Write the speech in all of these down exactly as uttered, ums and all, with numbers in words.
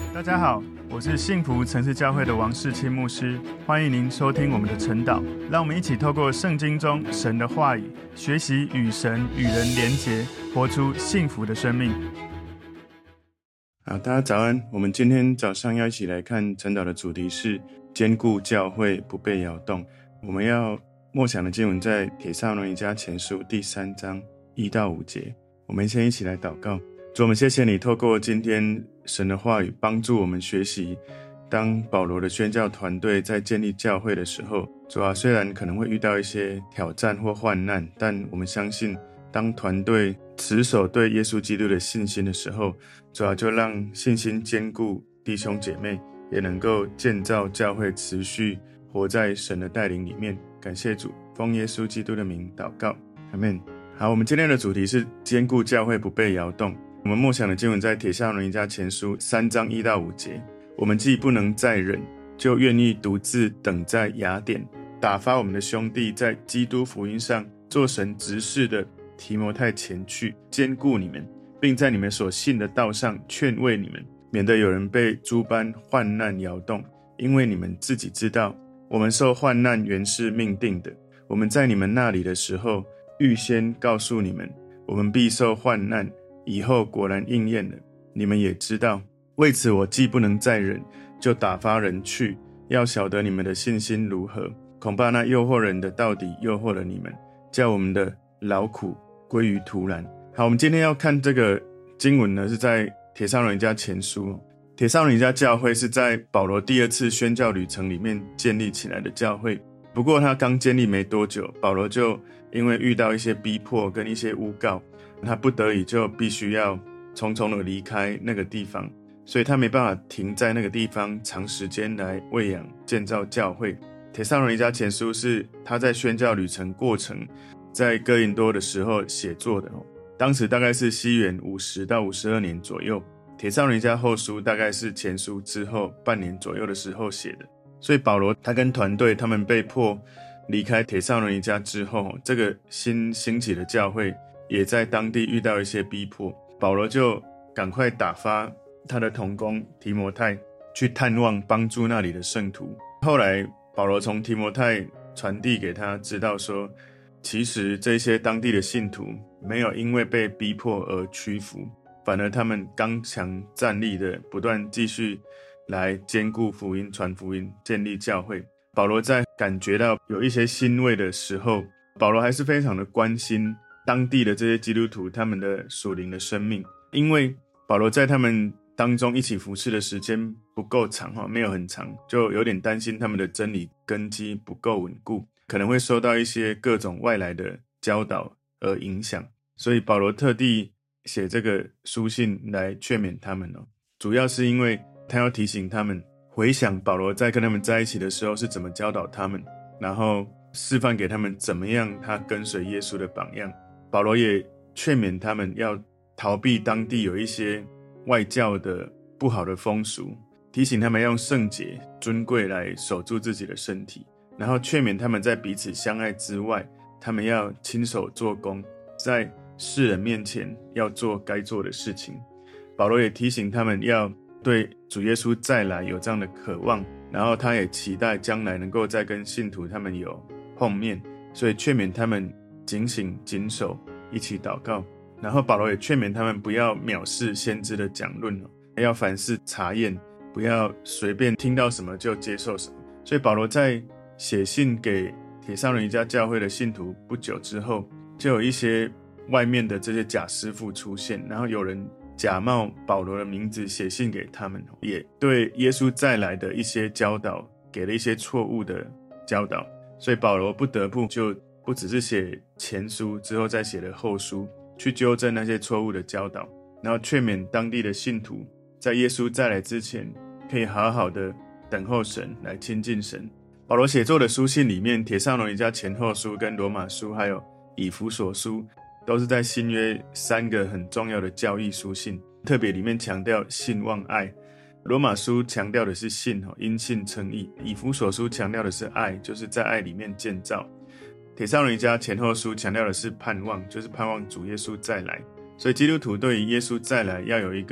大家好，我是幸福城市教会的王世清牧师，欢迎您收听我们的晨祷。让我们一起透过圣经中神的话语，学习与神与人连结，活出幸福的生命。 好，大家早安。我们今天早上要一起来看晨祷的主题是坚固教会不被摇动。我们要默想的经文在帖撒罗尼迦前书第三章一到五节。我们先一起来祷告。主，我们谢谢你透过今天神的话语帮助我们学习，当保罗的宣教团队在建立教会的时候，主啊，虽然可能会遇到一些挑战或患难，但我们相信当团队持守对耶稣基督的信心的时候，主啊，就让信心坚固弟兄姐妹，也能够建造教会持续活在神的带领里面。感谢主，奉耶稣基督的名祷告，阿们。好，我们今天的主题是坚固教会不被摇动。我们默想的经文在帖撒罗尼迦前书三章一到五节。我们既不能再忍，就愿意独自等在雅典，打发我们的兄弟在基督福音上做神执事的提摩太前去，坚固你们，并在你们所信的道上劝慰你们，免得有人被诸般患难摇动。因为你们自己知道，我们受患难原是命定的。我们在你们那里的时候，预先告诉你们，我们必受患难，以后果然应验了。你们也知道，为此我既不能再忍，就打发人去，要晓得你们的信心如何。恐怕那诱惑人的到底诱惑了你们，叫我们的劳苦归于徒然。好，我们今天要看这个经文呢，是在帖撒罗尼迦前书。帖撒罗尼迦教会是在保罗第二次宣教旅程里面建立起来的教会，不过他刚建立没多久，保罗就因为遇到一些逼迫跟一些诬告，他不得已就必须要匆匆的离开那个地方，所以他没办法停在那个地方长时间来喂养建造教会。帖撒罗尼迦前书是他在宣教旅程过程在哥林多的时候写作的，当时大概是西元五十到五十二年左右。帖撒罗尼迦后书大概是前书之后半年左右的时候写的，所以保罗他跟团队他们被迫离开帖撒罗尼迦之后，这个新兴起的教会也在当地遇到一些逼迫，保罗就赶快打发他的同工提摩太去探望帮助那里的圣徒。后来保罗从提摩太传递给他知道说，其实这些当地的信徒没有因为被逼迫而屈服，反而他们刚强站立的不断继续来坚固福音、传福音、建立教会。保罗在感觉到有一些欣慰的时候，保罗还是非常的关心当地的这些基督徒他们的属灵的生命，因为保罗在他们当中一起服侍的时间不够长，没有很长，就有点担心他们的真理根基不够稳固，可能会受到一些各种外来的教导而影响，所以保罗特地写这个书信来劝勉他们，主要是因为他要提醒他们回想保罗在跟他们在一起的时候是怎么教导他们，然后示范给他们怎么样他跟随耶稣的榜样。保罗也劝勉他们要逃避当地有一些外教的不好的风俗，提醒他们要用圣洁尊贵来守住自己的身体，然后劝勉他们在彼此相爱之外，他们要亲手做工，在世人面前要做该做的事情。保罗也提醒他们要对主耶稣再来有这样的渴望，然后他也期待将来能够再跟信徒他们有碰面，所以劝勉他们警醒谨守，一起祷告。然后保罗也劝勉他们不要藐视先知的讲论，要凡事查验，不要随便听到什么就接受什么。所以保罗在写信给帖撒罗尼迦教会的信徒不久之后，就有一些外面的这些假师傅出现，然后有人假冒保罗的名字写信给他们，也对耶稣再来的一些教导给了一些错误的教导，所以保罗不得不就不只是写前书，之后再写了后书，去纠正那些错误的教导，然后劝勉当地的信徒在耶稣再来之前可以好好的等候神，来亲近神。保罗写作的书信里面，帖撒罗尼迦前后书跟罗马书还有以弗所书都是在新约三个很重要的教义书信，特别里面强调信望爱。罗马书强调的是信，因信称义；以弗所书强调的是爱，就是在爱里面建造。帖撒罗尼迦前后书强调的是盼望，就是盼望主耶稣再来。所以基督徒对于耶稣再来要有一个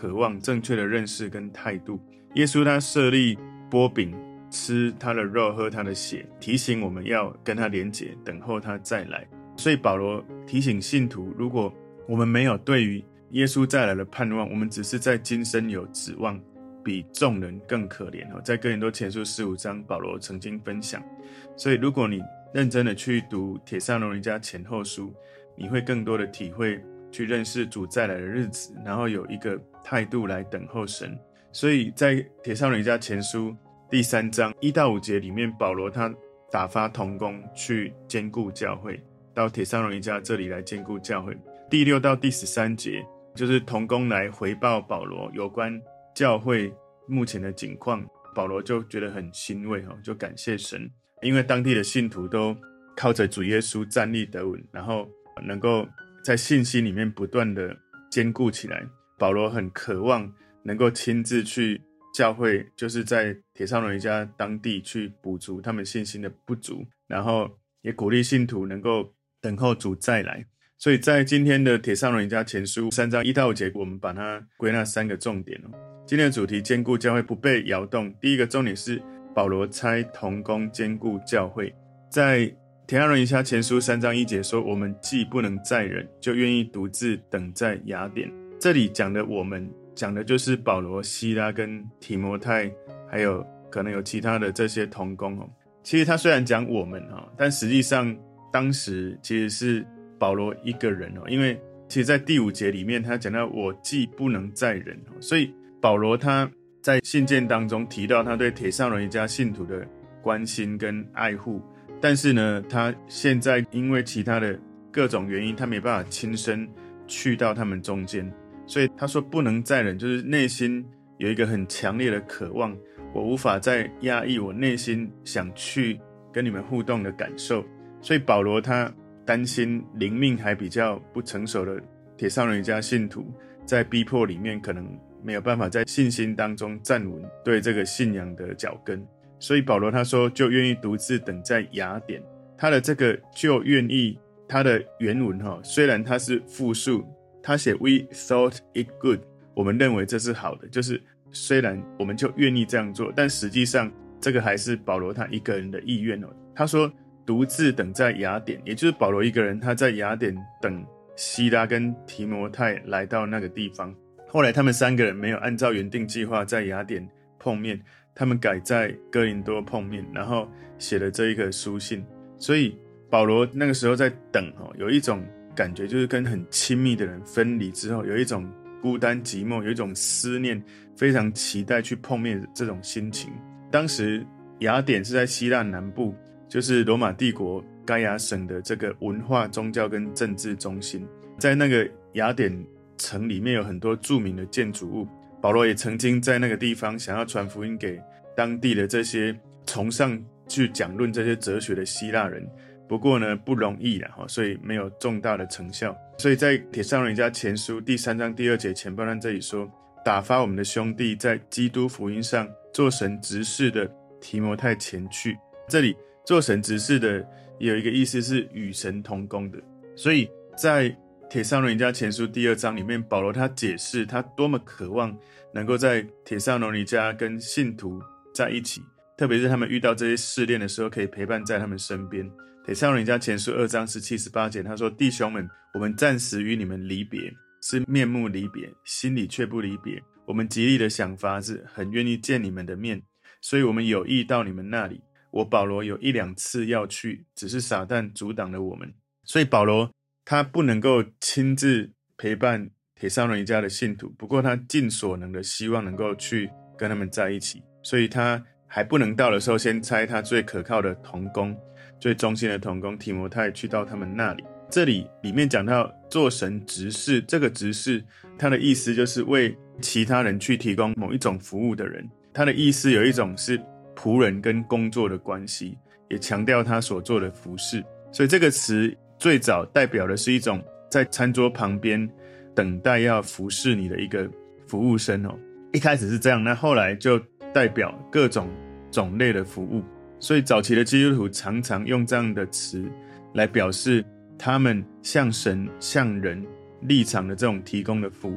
渴望、正确的认识跟态度。耶稣他设立擘饼，吃他的肉，喝他的血，提醒我们要跟他连结，等候他再来。所以保罗提醒信徒，如果我们没有对于耶稣再来的盼望，我们只是在今生有指望，比众人更可怜。在哥林多前书十五章，保罗曾经分享。所以如果你认真的去读帖撒罗尼迦前后书，你会更多的体会去认识主再来的日子，然后有一个态度来等候神。所以在帖撒罗尼迦前书第三章一到五节里面，保罗他打发同工去兼顾教会，到帖撒罗尼迦这里来兼顾教会。第六到第十三节就是同工来回报保罗有关教会目前的景况，保罗就觉得很欣慰，就感谢神，因为当地的信徒都靠着主耶稣站立得稳，然后能够在信心里面不断的坚固起来。保罗很渴望能够亲自去教会，就是在帖撒罗尼迦当地去补足他们信心的不足，然后也鼓励信徒能够等候主再来。所以在今天的帖撒罗尼迦前书三章一到五节，我们把它归纳三个重点。今天的主题坚固教会不被摇动。第一个重点是保罗差同工坚固教会。在帖撒罗尼迦前书三章一节说，我们既不能再忍，就愿意独自等在雅典。这里讲的我们，讲的就是保罗、西拉跟提摩太，还有可能有其他的这些同工。其实他虽然讲我们，但实际上当时其实是保罗一个人，因为其实在第五节里面他讲到我既不能再忍，所以保罗他在信件当中提到他对帖撒罗尼迦信徒的关心跟爱护，但是呢他现在因为其他的各种原因，他没办法亲身去到他们中间，所以他说不能再忍，就是内心有一个很强烈的渴望，我无法再压抑我内心想去跟你们互动的感受。所以保罗他担心灵命还比较不成熟的帖撒罗尼迦信徒在逼迫里面可能没有办法在信心当中站稳对这个信仰的脚跟，所以保罗他说就愿意独自等在雅典。他的这个就愿意，他的原文虽然他是复数，他写 we thought it good， 我们认为这是好的，就是虽然我们就愿意这样做，但实际上这个还是保罗他一个人的意愿。他说独自等在雅典，也就是保罗一个人，他在雅典等西拉跟提摩太来到那个地方。后来他们三个人没有按照原定计划在雅典碰面，他们改在哥林多碰面，然后写了这一个书信。所以保罗那个时候在等，有一种感觉就是跟很亲密的人分离之后，有一种孤单寂寞，有一种思念，非常期待去碰面的这种心情。当时雅典是在希腊南部，就是罗马帝国该亚省的这个文化、宗教跟政治中心。在那个雅典城里面有很多著名的建筑物，保罗也曾经在那个地方想要传福音给当地的这些崇尚去讲论这些哲学的希腊人，不过呢不容易啦，所以没有重大的成效。所以在帖撒罗尼迦前书第三章第二节前半段这里说，打发我们的兄弟在基督福音上做神执事的提摩太前去。这里做神执事的也有一个意思是与神同工的，所以在帖撒罗尼迦前书第二章里面，保罗他解释他多么渴望能够在帖撒罗尼迦跟信徒在一起，特别是他们遇到这些试炼的时候可以陪伴在他们身边。帖撒罗尼迦前书二章十七十八节他说，弟兄们，我们暂时与你们离别，是面目离别，心里却不离别，我们极力的想法子，很愿意见你们的面，所以我们有意到你们那里。我保罗有一两次要去，只是撒旦阻挡了我们。所以保罗他不能够亲自陪伴帖撒罗尼迦的信徒，不过他尽所能的希望能够去跟他们在一起，所以他还不能到的时候，先差他最可靠的同工，最忠心的同工提摩太去到他们那里。这里里面讲到做神执事，这个执事他的意思就是为其他人去提供某一种服务的人，他的意思有一种是仆人跟工作的关系，也强调他所做的服事。所以这个词最早代表的是一种在餐桌旁边等待要服侍你的一个服务生哦。一开始是这样，那后来就代表各种种类的服务。所以早期的基督徒常常用这样的词来表示他们向神向人立场的这种提供的服务。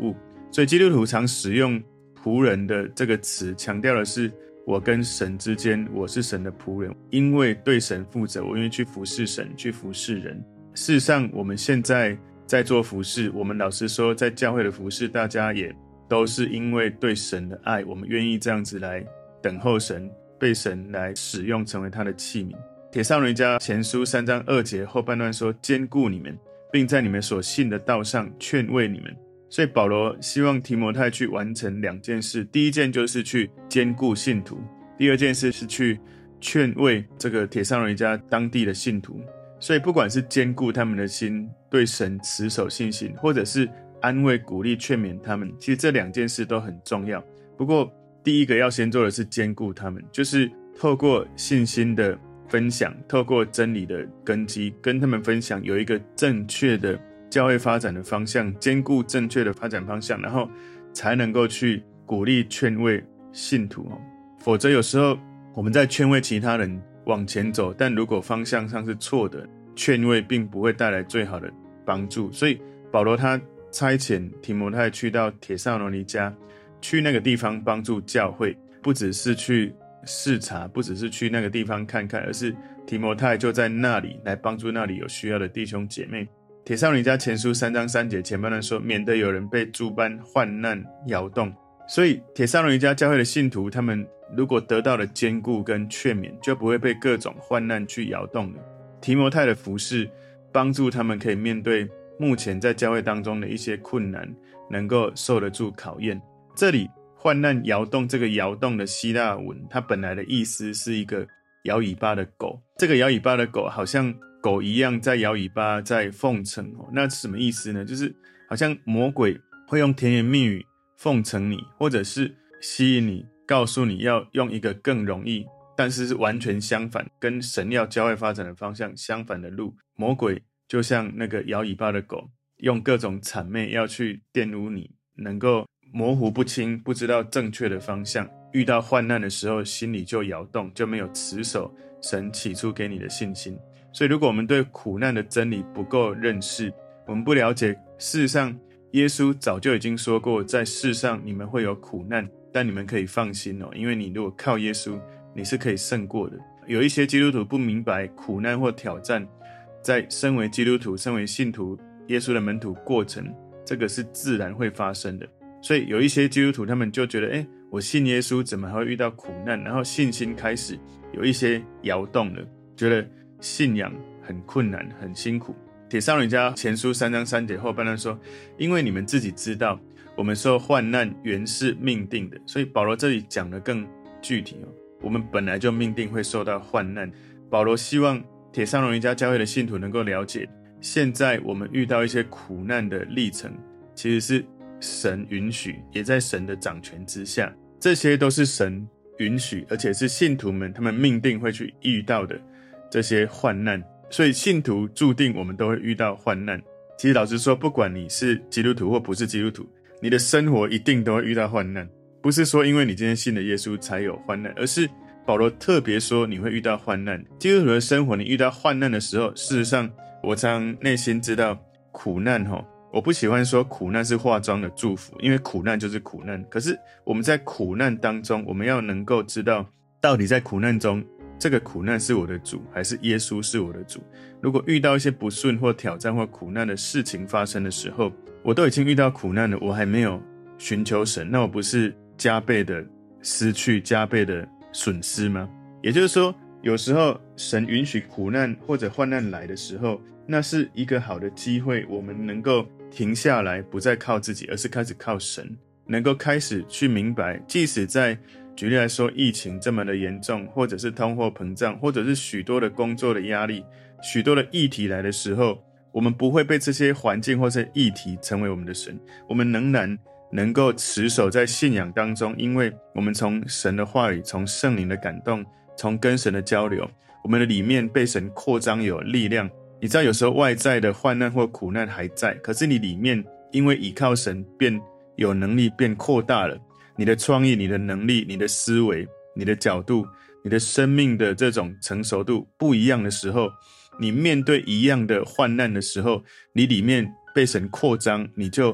所以基督徒常使用仆人的这个词，强调的是我跟神之间，我是神的仆人，因为对神负责，我愿意去服侍神，去服侍人。事实上我们现在在做服侍，我们老实说在教会的服侍，大家也都是因为对神的爱，我们愿意这样子来等候神，被神来使用成为他的器皿。帖撒罗尼迦前书三章二节后半段说，坚固你们，并在你们所信的道上劝慰你们。所以保罗希望提摩太去完成两件事，第一件就是去坚固信徒，第二件事是去劝慰这个帖撒罗尼迦当地的信徒。所以不管是坚固他们的心，对神持守信心，或者是安慰鼓励劝勉他们，其实这两件事都很重要。不过第一个要先做的是坚固他们，就是透过信心的分享，透过真理的根基，跟他们分享有一个正确的教会发展的方向，坚固正确的发展方向，然后才能够去鼓励劝慰信徒。否则有时候我们在劝慰其他人往前走，但如果方向上是错的，劝慰并不会带来最好的帮助。所以保罗他差遣提摩太去到帖撒罗尼迦，去那个地方帮助教会，不只是去视察，不只是去那个地方看看，而是提摩太就在那里来帮助那里有需要的弟兄姐妹。帖撒罗尼迦前书三章三节前半段说，免得有人被诸般患难摇动。所以帖撒罗尼迦教会的信徒，他们如果得到了坚固跟劝勉，就不会被各种患难去摇动了。提摩太的服事帮助他们可以面对目前在教会当中的一些困难，能够受得住考验。这里患难摇动，这个摇动的希腊文，它本来的意思是一个摇尾巴的狗，这个摇尾巴的狗好像狗一样在摇尾巴，在奉承。那是什么意思呢？就是好像魔鬼会用甜言蜜语奉承你，或者是吸引你，告诉你要用一个更容易，但是是完全相反，跟神要教会发展的方向相反的路。魔鬼就像那个摇尾巴的狗，用各种谄媚要去玷污你，能够模糊不清，不知道正确的方向，遇到患难的时候心里就摇动，就没有持守神起初给你的信心。所以如果我们对苦难的真理不够认识，我们不了解事实上耶稣早就已经说过，在世上你们会有苦难，但你们可以放心哦，因为你如果靠耶稣，你是可以胜过的。有一些基督徒不明白苦难或挑战在身为基督徒身为信徒耶稣的门徒过程，这个是自然会发生的。所以有一些基督徒他们就觉得，诶，我信耶稣怎么还会遇到苦难，然后信心开始有一些摇动了，觉得信仰很困难很辛苦。帖撒罗尼迦前书三章三节后半段说，因为你们自己知道我们受患难原是命定的。所以保罗这里讲得更具体哦，我们本来就命定会受到患难。保罗希望帖撒罗尼迦教会的信徒能够了解，现在我们遇到一些苦难的历程，其实是神允许，也在神的掌权之下，这些都是神允许，而且是信徒们他们命定会去遇到的这些患难。所以信徒注定我们都会遇到患难。其实老实说，不管你是基督徒或不是基督徒，你的生活一定都会遇到患难。不是说因为你今天信了耶稣才有患难，而是保罗特别说你会遇到患难。基督徒的生活，你遇到患难的时候，事实上我常内心知道苦难齁，我不喜欢说苦难是化妆的祝福，因为苦难就是苦难。可是我们在苦难当中，我们要能够知道到底在苦难中，这个苦难是我的主还是耶稣是我的主。如果遇到一些不顺或挑战或苦难的事情发生的时候，我都已经遇到苦难了，我还没有寻求神，那我不是加倍的失去，加倍的损失吗？也就是说，有时候神允许苦难或者患难来的时候，那是一个好的机会，我们能够停下来，不再靠自己，而是开始靠神，能够开始去明白，即使在举例来说，疫情这么的严重，或者是通货膨胀，或者是许多的工作的压力，许多的议题来的时候，我们不会被这些环境或是议题成为我们的神，我们仍然能够持守在信仰当中，因为我们从神的话语，从圣灵的感动，从跟神的交流，我们的里面被神扩张有力量。你知道有时候外在的患难或苦难还在，可是你里面因为倚靠神变有能力变扩大了，你的创意，你的能力，你的思维，你的角度，你的生命的这种成熟度不一样的时候，你面对一样的患难的时候，你里面被神扩张，你就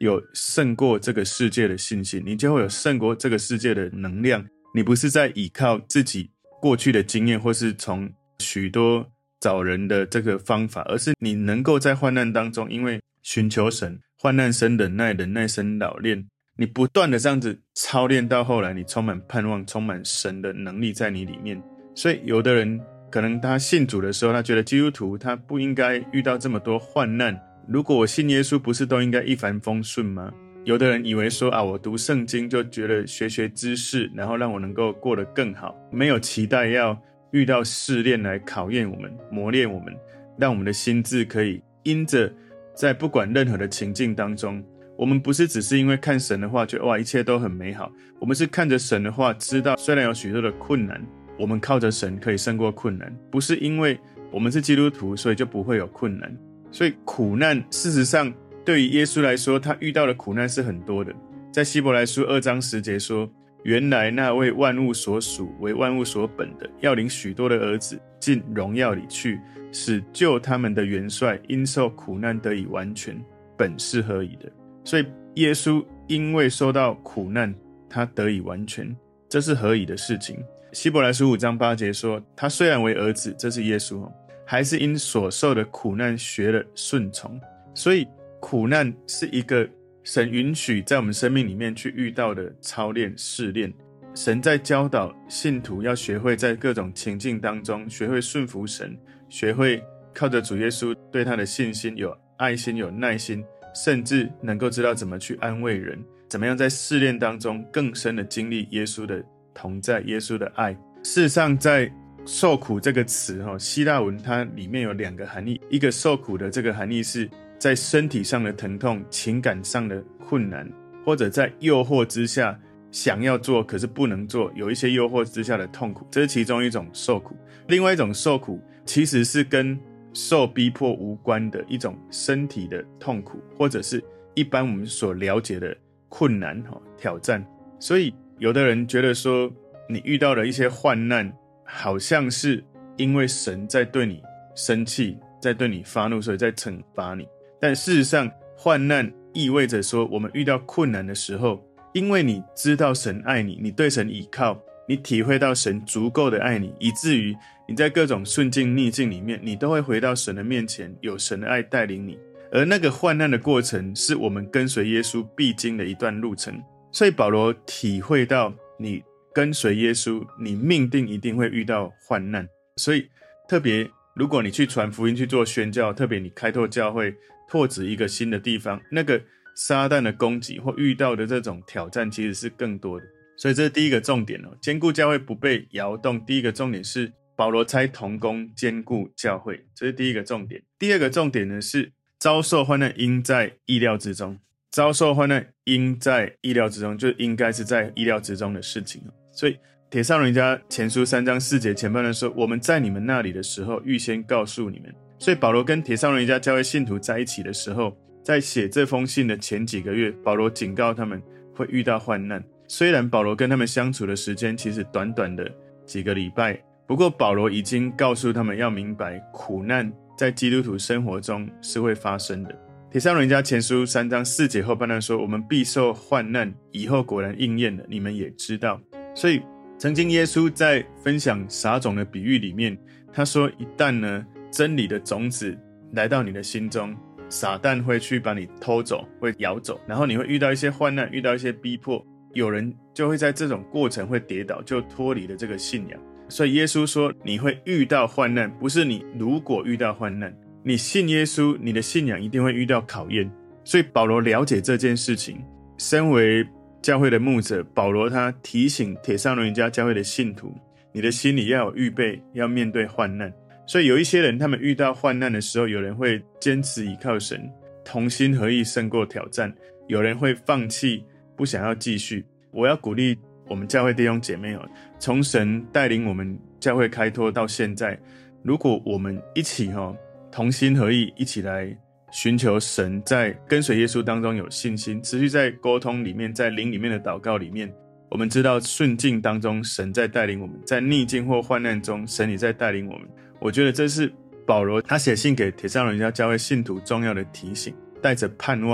有胜过这个世界的信心，你就会有胜过这个世界的能量。你不是在依靠自己过去的经验，或是从许多找人的这个方法，而是你能够在患难当中，因为寻求神，患难生忍耐，忍耐生老练，你不断的这样子操练，到后来你充满盼望，充满神的能力在你里面。所以有的人可能他信主的时候，他觉得基督徒他不应该遇到这么多患难，如果我信耶稣，不是都应该一帆风顺吗？有的人以为说啊，我读圣经就觉得学学知识，然后让我能够过得更好，没有期待要遇到试炼来考验我们，磨练我们，让我们的心智可以因着在不管任何的情境当中，我们不是只是因为看神的话觉得哇一切都很美好，我们是看着神的话知道虽然有许多的困难，我们靠着神可以胜过困难，不是因为我们是基督徒所以就不会有困难。所以苦难事实上对于耶稣来说，他遇到的苦难是很多的。在希伯来书二章十节说，原来那为万物所属，为万物所本的，要领许多的儿子进荣耀里去，使救他们的元帅因受苦难得以完全，本是合宜的。所以耶稣因为受到苦难，他得以完全，这是合宜的事情。希伯来书五章八节说，他虽然为儿子，这是耶稣，还是因所受的苦难学了顺从。所以苦难是一个神允许在我们生命里面去遇到的操练试炼。神在教导信徒要学会在各种情境当中学会顺服神，学会靠着主耶稣对他的信心有爱心有耐心，甚至能够知道怎么去安慰人，怎么样在试炼当中更深的经历耶稣的同在，耶稣的爱。事实上在受苦这个词希腊文它里面有两个含义，一个受苦的这个含义是在身体上的疼痛，情感上的困难，或者在诱惑之下想要做可是不能做，有一些诱惑之下的痛苦，这是其中一种受苦。另外一种受苦其实是跟受逼迫无关的一种身体的痛苦，或者是一般我们所了解的困难挑战。所以有的人觉得说你遇到了一些患难，好像是因为神在对你生气，在对你发怒，所以在惩罚你。但事实上患难意味着说，我们遇到困难的时候，因为你知道神爱你，你对神倚靠，你体会到神足够的爱你，以至于你在各种顺境逆境里面，你都会回到神的面前，有神的爱带领你。而那个患难的过程是我们跟随耶稣必经的一段路程。所以保罗体会到你跟随耶稣，你命定一定会遇到患难。所以特别如果你去传福音去做宣教，特别你开拓教会拓指一个新的地方，那个撒旦的攻击或遇到的这种挑战其实是更多的。所以这是第一个重点哦，坚固教会不被摇动。第一个重点是保罗差同工坚固教会，这是第一个重点。第二个重点呢是遭受患难应在意料之中。遭受患难应在意料之中，就应该是在意料之中的事情。所以帖撒罗尼迦前书三章四节前半段说，我们在你们那里的时候预先告诉你们。所以保罗跟帖撒罗尼迦教会信徒在一起的时候，在写这封信的前几个月，保罗警告他们会遇到患难。虽然保罗跟他们相处的时间其实短短的几个礼拜，不过保罗已经告诉他们要明白苦难在基督徒生活中是会发生的。帖撒罗尼迦前书三章四节后半段说，我们必受患难，以后果然应验了，你们也知道。所以曾经耶稣在分享撒种的比喻里面，他说一旦呢真理的种子来到你的心中，撒旦会去把你偷走，会咬走，然后你会遇到一些患难，遇到一些逼迫，有人就会在这种过程会跌倒，就脱离了这个信仰。所以耶稣说你会遇到患难，不是你如果遇到患难，你信耶稣，你的信仰一定会遇到考验。所以保罗了解这件事情，身为教会的牧者，保罗他提醒帖撒罗尼迦教会的信徒，你的心里要有预备，要面对患难。所以有一些人他们遇到患难的时候，有人会坚持倚靠神，同心合意胜过挑战，有人会放弃，不想要继续。我要鼓励我们教会弟兄姐妹，从神带领我们教会开拓到现在，如果我们一起同心合意，一起来寻求神，在跟随耶稣当中有信心，持续在沟通里面，在灵里面的祷告里面，我们知道顺境当中神在带领我们，在逆境或患难中神也在带领我们。我觉得这是保罗他写信给帖撒罗尼迦教会信徒重要的提醒，带着盼望，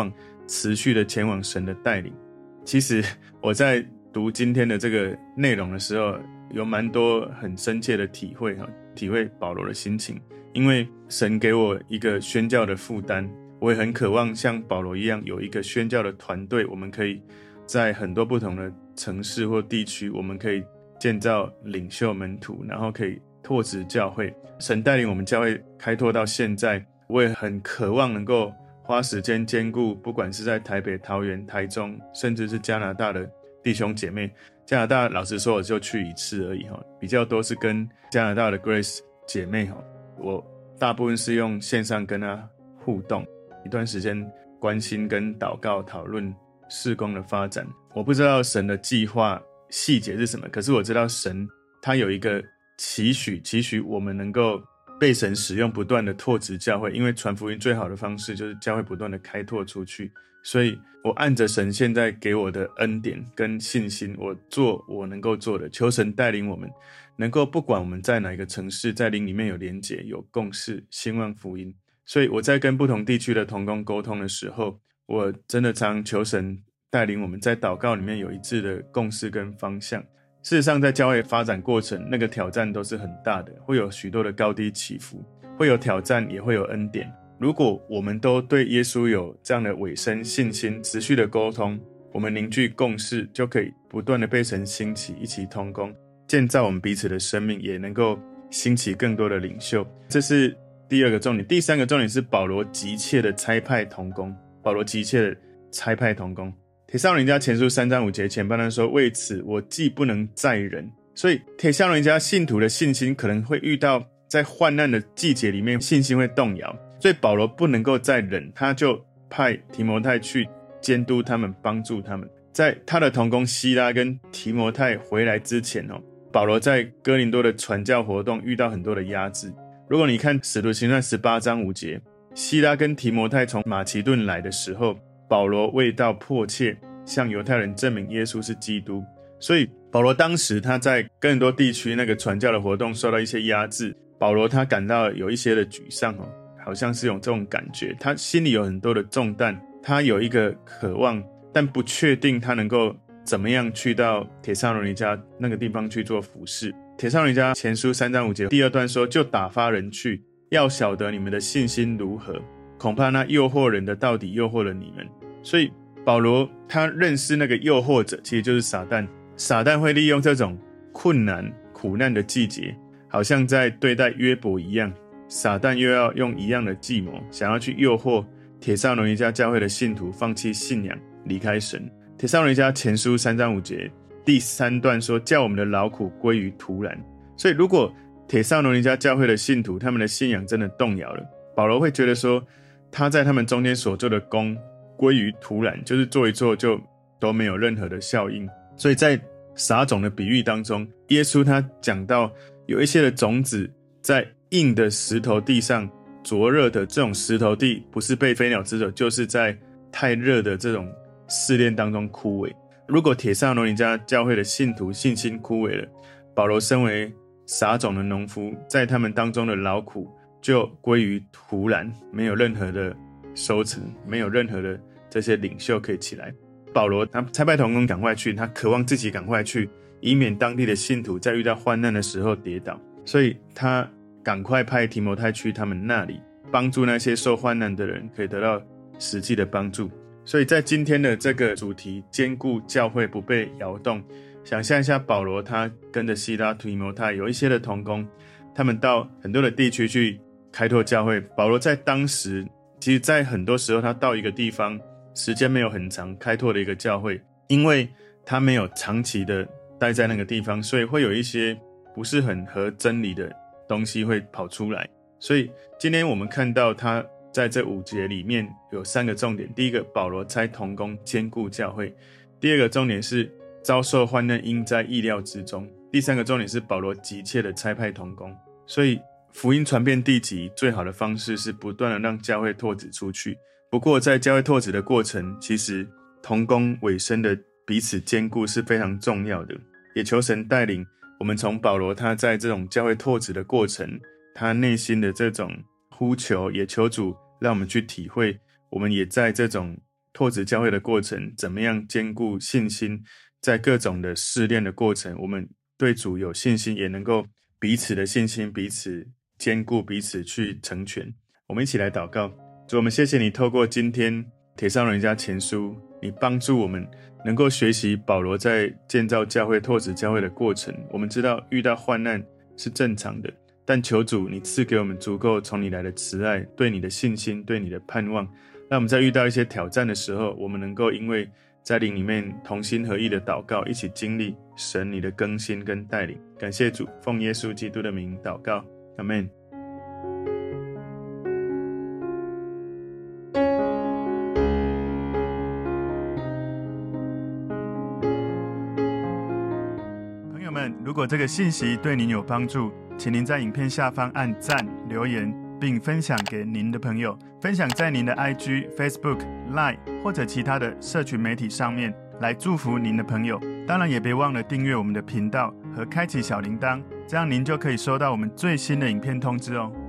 持续的前往神的带领。其实我在读今天的这个内容的时候，有蛮多很深切的体会，体会保罗的心情。因为神给我一个宣教的负担，我也很渴望像保罗一样有一个宣教的团队，我们可以在很多不同的城市或地区，我们可以建造领袖门徒，然后可以拓殖教会。神带领我们教会开拓到现在，我也很渴望能够花时间兼顾，不管是在台北、桃园、台中，甚至是加拿大的弟兄姐妹。加拿大老实说我就去一次而已，比较多是跟加拿大的 Grace 姐妹，我大部分是用线上跟她互动，一段时间关心跟祷告讨论事工的发展。我不知道神的计划细节是什么，可是我知道神他有一个期许，期许我们能够被神使用，不断的拓殖教会。因为传福音最好的方式就是教会不断的开拓出去，所以我按着神现在给我的恩典跟信心，我做我能够做的，求神带领我们能够不管我们在哪一个城市，在灵里面有连结，有共识，兴旺福音。所以我在跟不同地区的同工沟通的时候，我真的常求神带领我们在祷告里面有一致的共识跟方向。事实上在教会发展过程，那个挑战都是很大的，会有许多的高低起伏，会有挑战也会有恩典。如果我们都对耶稣有这样的委身信心，持续的沟通，我们凝聚共识，就可以不断的被神兴起，一起同工，建造我们彼此的生命，也能够兴起更多的领袖。这是第二个重点。第三个重点是保罗急切的差派同工。保罗急切的差派同工。帖撒罗尼迦前书三章五节前半段说，为此我既不能再忍。所以帖撒罗尼迦信徒的信心可能会遇到在患难的季节里面信心会动摇，所以保罗不能够再忍，他就派提摩太去监督他们，帮助他们。在他的同工希拉跟提摩太回来之前，保罗在哥林多的传教活动遇到很多的压制。如果你看使徒行传十八章五节，希拉跟提摩太从马其顿来的时候，保罗为道迫切向犹太人证明耶稣是基督。所以保罗当时他在哥林多地区那个传教的活动受到一些压制，保罗他感到有一些的沮丧，好像是有这种感觉，他心里有很多的重担，他有一个渴望，但不确定他能够怎么样去到帖撒罗尼迦那个地方去做服事。帖撒罗尼迦前书三章五节第二段说，就打发人去，要晓得你们的信心如何，恐怕那诱惑人的到底诱惑了你们。所以保罗他认识那个诱惑者其实就是撒旦，撒旦会利用这种困难苦难的季节，好像在对待约伯一样，撒旦又要用一样的计谋，想要去诱惑帖撒罗尼迦教会的信徒放弃信仰，离开神。帖撒罗尼迦前书三章五节第三段说，叫我们的劳苦归于徒然。所以如果帖撒罗尼迦教会的信徒他们的信仰真的动摇了，保罗会觉得说他在他们中间所做的工归于徒然，就是做一做就都没有任何的效应。所以在撒种的比喻当中，耶稣他讲到有一些的种子在硬的石头地上，灼热的这种石头地不是被飞鸟吃走，就是在太热的这种试炼当中枯萎。如果帖撒罗尼迦教会的信徒信心枯萎了，保罗身为撒种的农夫，在他们当中的劳苦就归于徒然，没有任何的收成，没有任何的这些领袖可以起来。保罗他差派同工赶快去，他渴望自己赶快去，以免当地的信徒在遇到患难的时候跌倒，所以他赶快派提摩太去他们那里，帮助那些受患难的人可以得到实际的帮助。所以在今天的这个主题，坚固教会不被摇动，想象一下保罗他跟着希拉提摩太有一些的同工，他们到很多的地区去开拓教会。保罗在当时其实在很多时候他到一个地方时间没有很长，开拓的一个教会，因为他没有长期的待在那个地方，所以会有一些不是很合真理的东西会跑出来。所以今天我们看到他在这五节里面有三个重点。第一个，保罗差同工坚固教会；第二个重点是遭受患难应在意料之中；第三个重点是保罗急切的差派同工。所以福音传遍地极最好的方式是不断的让教会拓展出去。不过在教会拓展的过程，其实同工委身的彼此兼顾是非常重要的。也求神带领我们，从保罗他在这种教会拓展的过程，他内心的这种呼求，也求主让我们去体会，我们也在这种拓殖教会的过程，怎么样兼顾信心，在各种的试炼的过程，我们对主有信心，也能够彼此的信心彼此兼顾，彼此去成全。我们一起来祷告。主，我们谢谢你透过今天帖撒罗尼迦前书，你帮助我们能够学习保罗在建造教会拓殖教会的过程。我们知道遇到患难是正常的，但求主你赐给我们足够从你来的慈爱，对你的信心，对你的盼望，让我们在遇到一些挑战的时候，我们能够因为在灵里面同心合意的祷告，一起经历神你的更新跟带领。感谢主，奉耶稣基督的名祷告，阿们。 朋友们，如果这个信息对您有帮助，请您在影片下方按赞、留言，并分享给您的朋友，分享在您的 I G、Facebook、Line 或者其他的社群媒体上面，来祝福您的朋友。当然也别忘了订阅我们的频道和开启小铃铛，这样您就可以收到我们最新的影片通知哦。